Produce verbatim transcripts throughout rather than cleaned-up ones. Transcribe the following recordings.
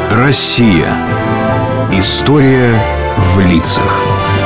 Россия. История в лицах.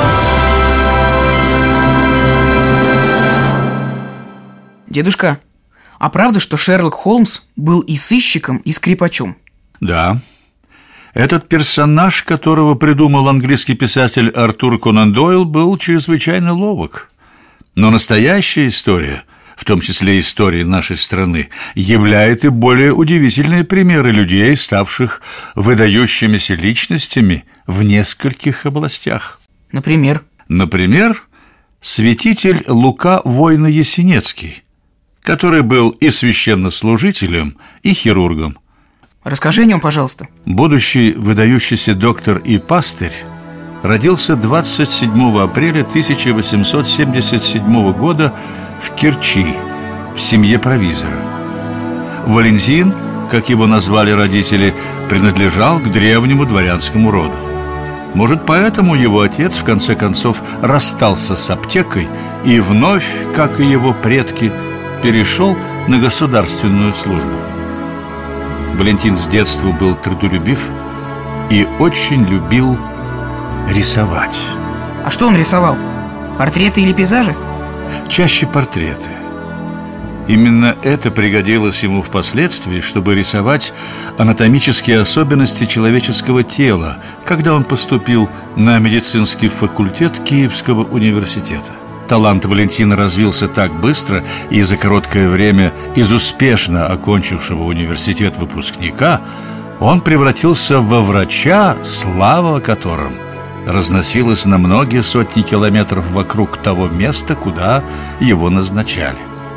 Дедушка, а правда, что Шерлок Холмс был и сыщиком, и скрипачом? Да. Этот персонаж, которого придумал английский писатель Артур Конан Дойл, был чрезвычайно ловок. Но настоящая история, в том числе история нашей страны, являет и более удивительные примеры людей, ставших выдающимися личностями в нескольких областях. Например? Например, святитель Лука Войно-Ясенецкий, который был и священнослужителем, и хирургом. Расскажи о нем, пожалуйста. Будущий выдающийся доктор и пастырь родился двадцать седьмого апреля тысяча восемьсот семьдесят седьмого года в Керчи, в семье провизора. Валентин, как его назвали родители, принадлежал к древнему дворянскому роду. Может, поэтому его отец, в конце концов, расстался с аптекой и вновь, как и его предки, перешел на государственную службу. Валентин с детства был трудолюбив и очень любил рисовать. А что он рисовал? Портреты или пейзажи? Чаще портреты. Именно это пригодилось ему впоследствии, чтобы рисовать анатомические особенности человеческого тела, когда он поступил на медицинский факультет Киевского университета. Талант Валентина развился так быстро, и за короткое время из успешно окончившего университет выпускника он превратился во врача, слава которым разносилась на многие сотни километров вокруг того места, куда его назначали.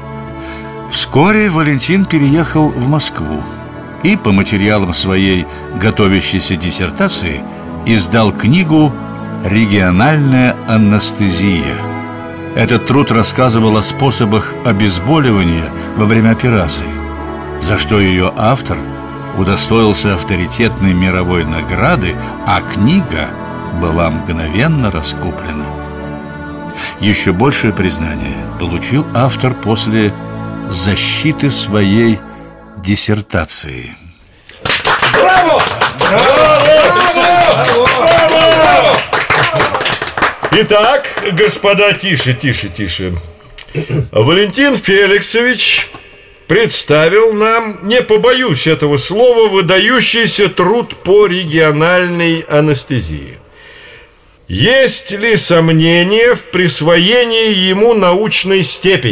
Вскоре Валентин переехал в Москву и по материалам своей готовящейся диссертации издал книгу «Региональная анестезия». Этот труд рассказывал о способах обезболивания во время операций, за что ее автор удостоился авторитетной мировой награды, а книга была мгновенно раскуплена. Еще большее признание получил автор после защиты своей диссертации. Браво! Браво! Браво! Браво! Итак, господа, тише, тише, тише. Валентин Феликсович представил нам, не побоюсь этого слова, выдающийся труд по региональной анестезии. Есть ли сомнения в присвоении ему научной степени?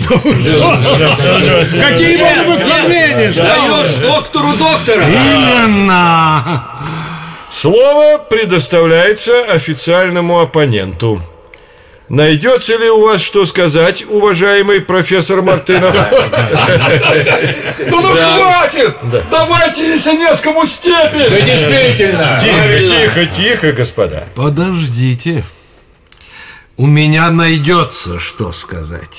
Какие могут быть сомнения? Даешь доктору доктора. Именно. Слово предоставляется официальному оппоненту. Найдется ли у вас что сказать, уважаемый профессор Мартынов? Ну, ну хватит! Давайте Ясенецкому степень! Да действительно! Тихо, тихо, тихо, господа. Подождите. У меня найдется что сказать.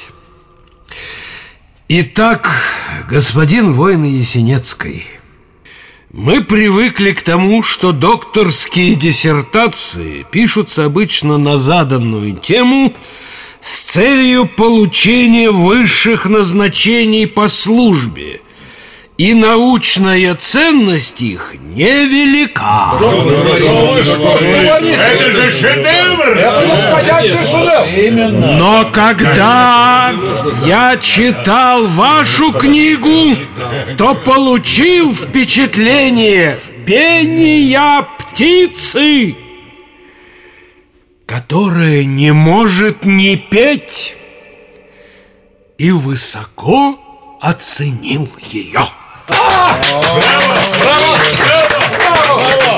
Итак, господин Войно-Ясенецкий, мы привыкли к тому, что докторские диссертации пишутся обычно на заданную тему с целью получения высших назначений по службе, и научная ценность их невелика. Это же шедевр! Это настоящий шедевр! Именно. Но когда я читал вашу книгу, то получил впечатление пения птицы, которая не может не петь, и высоко оценил ее. Браво! Браво! Браво!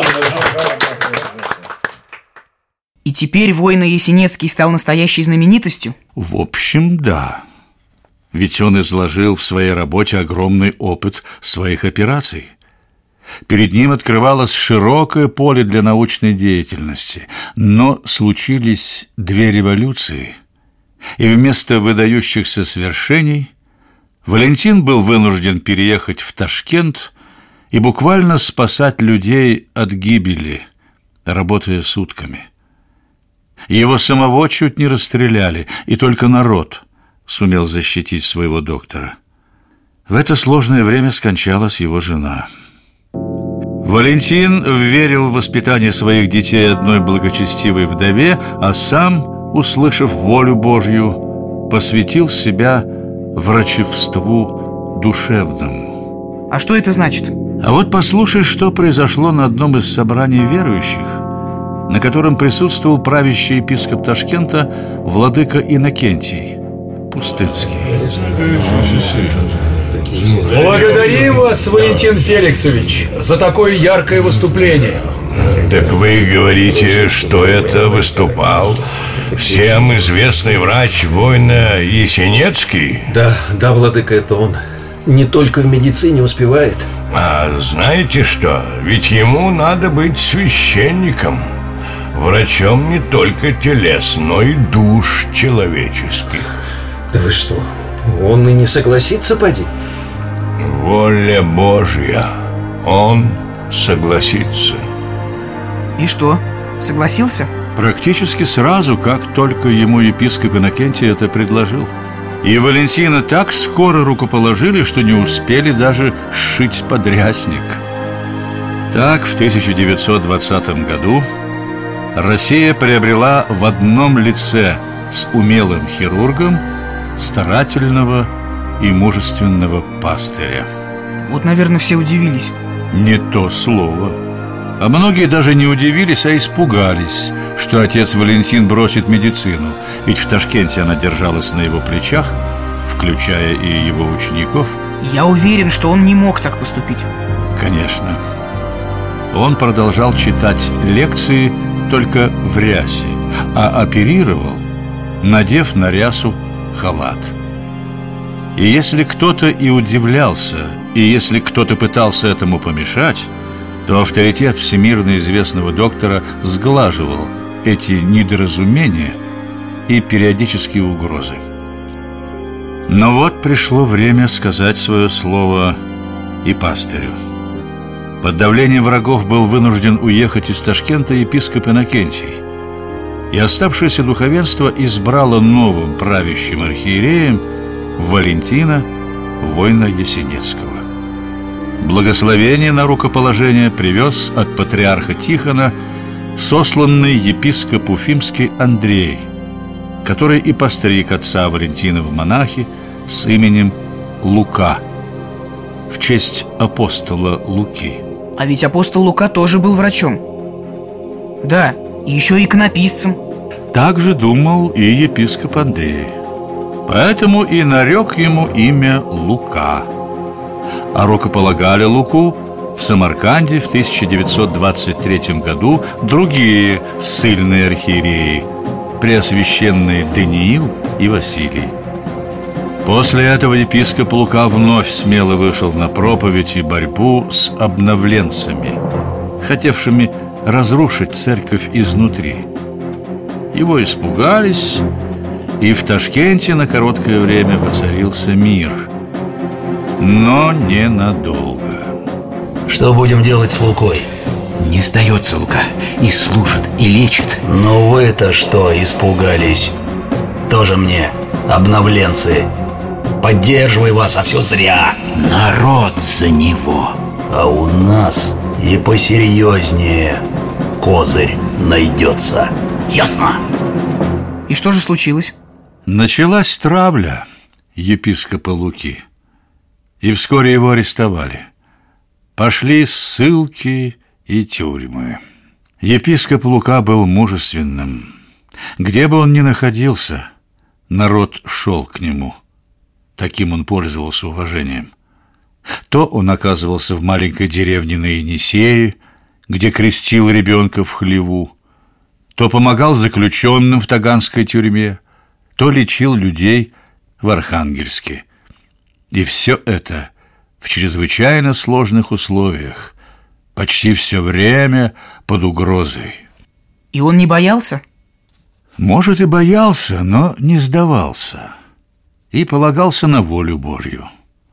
И теперь Войно-Ясенецкий стал настоящей знаменитостью? В общем, да. Ведь он изложил в своей работе огромный опыт своих операций. Перед ним открывалось широкое поле для научной деятельности. Но случились две революции, и вместо выдающихся свершений Валентин был вынужден переехать в Ташкент и буквально спасать людей от гибели, работая сутками. Его самого чуть не расстреляли, и только народ сумел защитить своего доктора. В это сложное время скончалась его жена. Валентин верил в воспитание своих детей одной благочестивой вдове, а сам, услышав волю Божью, посвятил себя врачевству душевному. А что это значит? А вот послушай, что произошло на одном из собраний верующих, на котором присутствовал правящий епископ Ташкента владыка Иннокентий Пустынский. Благодарим вас, Валентин Феликсович, за такое яркое выступление. Так вы говорите, что это выступал всем известный врач воина Есенецкий? Да, да, владыка, это он. Не только в медицине успевает. А знаете что? Ведь ему надо быть священником, врачом не только телес, но и душ человеческих. Да вы что, он и не согласится, поди? Воля Божья, он согласится. И что, согласился? Практически сразу, как только ему епископ Иннокентий это предложил. И Валентина так скоро рукоположили, что не успели даже сшить подрясник. Так, в тысяча девятьсот двадцатом году Россия приобрела в одном лице с умелым хирургом старательного и мужественного пастыря. Вот, наверное, все удивились. Не то слово. А многие даже не удивились, а испугались, что отец Валентин бросит медицину. Ведь в Ташкенте она держалась на его плечах, включая и его учеников. Я уверен, что он не мог так поступить. Конечно. Он продолжал читать лекции только в рясе, а оперировал, надев на рясу халат. И если кто-то и удивлялся, и если кто-то пытался этому помешать, то авторитет всемирно известного доктора сглаживал эти недоразумения и периодические угрозы. Но вот пришло время сказать свое слово и пастырю. Под давлением врагов был вынужден уехать из Ташкента епископ Иннокентий, и оставшееся духовенство избрало новым правящим архиереем Валентина, воина Есенецкого. Благословение на рукоположение привез от патриарха Тихона сосланный епископ Уфимский Андрей, который и постриг отца Валентина в монахи с именем Лука, в честь апостола Луки. А ведь апостол Лука тоже был врачом. Да, и еще иконописцем. Так же думал и епископ Андрей. Поэтому и нарек ему имя Лука. А рукополагали Луку в Самарканде в тысяча девятьсот двадцать третьем году другие ссыльные архиереи, преосвященные Даниил и Василий. После этого епископ Лука вновь смело вышел на проповедь и борьбу с обновленцами, хотевшими разрушить церковь изнутри. Его испугались, и в Ташкенте на короткое время воцарился мир. Но ненадолго. Что будем делать с Лукой? Не сдается Лука, и служит, и лечит. Ну вы-то что, испугались? Тоже мне обновленцы. Поддерживай вас, а все зря. Народ за него. А у нас и посерьезнее козырь найдется. Ясно? И что же случилось? Началась травля епископа Луки, и вскоре его арестовали. Пошли ссылки и тюрьмы. Епископ Лука был мужественным. Где бы он ни находился, народ шел к нему. Таким он пользовался уважением. То он оказывался в маленькой деревне на Енисее, где крестил ребенка в хлеву, то помогал заключенным в Таганской тюрьме, то лечил людей в Архангельске. И все это в чрезвычайно сложных условиях, почти все время под угрозой. И он не боялся? Может, и боялся, но не сдавался и полагался на волю Божью.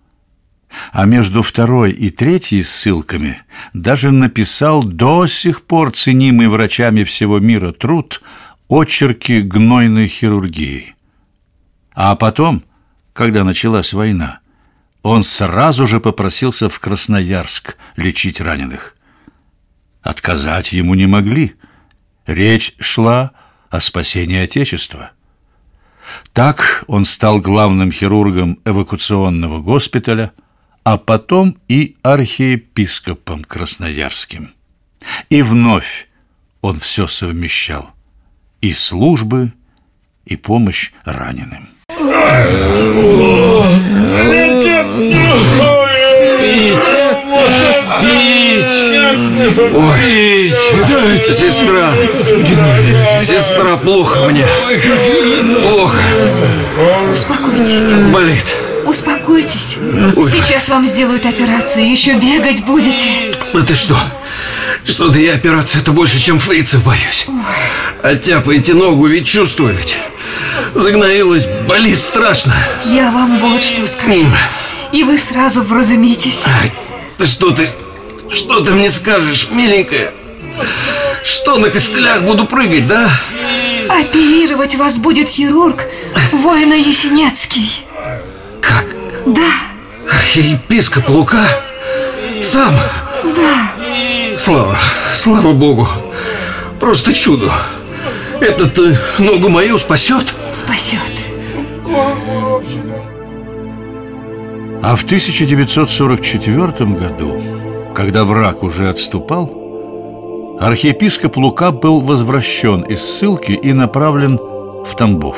А между второй и третьей ссылками даже написал до сих пор ценимый врачами всего мира труд «Очерки гнойной хирургии». А потом, когда началась война, он сразу же попросился в Красноярск лечить раненых. Отказать ему не могли. Речь шла о спасении Отечества. Так он стал главным хирургом эвакуационного госпиталя, а потом и архиепископом красноярским. И вновь он все совмещал: и службы, и помощь раненым. Пить! Пить! Ой, дайте, сестра! Сестра, плохо мне! Плохо! Успокойтесь. Болит. Успокойтесь. Ой. Сейчас вам сделают операцию, еще бегать будете. Это что? Что-то я операцию-то больше, чем фрицев боюсь. Оттяпаете ногу, ведь чувствую ведь. Загноилась, болит страшно. Я вам вот что скажу. И вы сразу вразумитесь. Да что ты, что ты мне скажешь, миленькая? Что, на костылях буду прыгать, да? Оперировать вас будет хирург Воино-Ясенецкий. Как? Да. Архиепископ Лука? Сам? Да. Слава, слава Богу. Просто чудо. Этот э, ногу мою спасет? Спасет. А в тысяча девятьсот сорок четвёртом году, когда враг уже отступал, архиепископ Лука был возвращен из ссылки и направлен в Тамбов.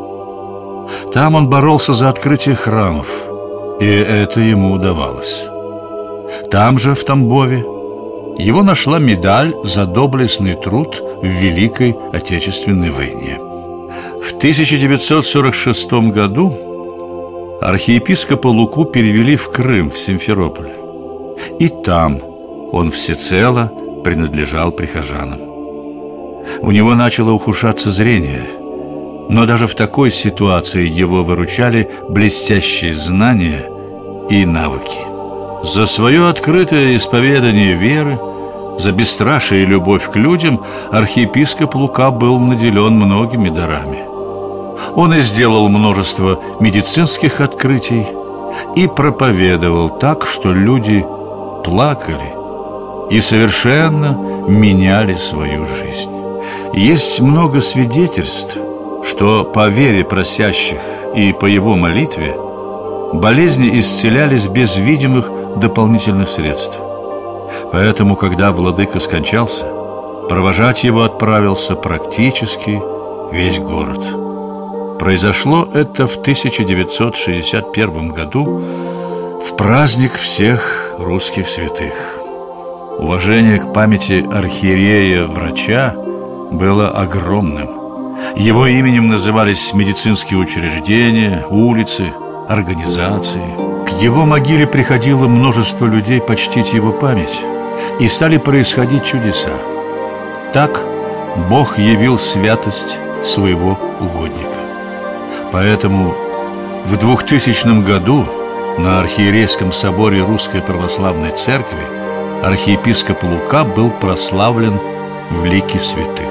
Там он боролся за открытие храмов, и это ему удавалось. Там же, в Тамбове, его нашла медаль за доблестный труд в Великой Отечественной войне. В тысяча девятьсот сорок шестом году архиепископа Луку перевели в Крым, в Симферополь. И там он всецело принадлежал прихожанам. У него начало ухудшаться зрение, но даже в такой ситуации его выручали блестящие знания и навыки. За свое открытое исповедание веры, за бесстрашие и любовь к людям архиепископ Лука был наделен многими дарами. Он и сделал множество медицинских открытий и проповедовал так, что люди плакали и совершенно меняли свою жизнь. Есть много свидетельств, что по вере просящих и по его молитве болезни исцелялись без видимых дополнительных средств. Поэтому, когда владыка скончался, провожать его отправился практически весь город. Произошло это в тысяча девятьсот шестьдесят первом году, в праздник всех русских святых. Уважение к памяти архиерея-врача было огромным. Его именем назывались медицинские учреждения, улицы, организации. К его могиле приходило множество людей почтить его память, и стали происходить чудеса. Так Бог явил святость своего угодника. Поэтому в двухтысячном году на архиерейском соборе Русской Православной Церкви архиепископ Лука был прославлен в лике святых.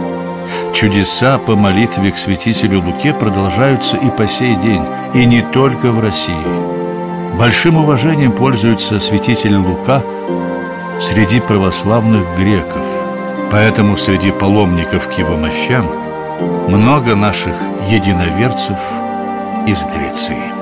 Чудеса по молитве к святителю Луке продолжаются и по сей день, и не только в России. Большим уважением пользуется святитель Лука среди православных греков. Поэтому среди паломников к его мощам много наших единоверцев из Греции.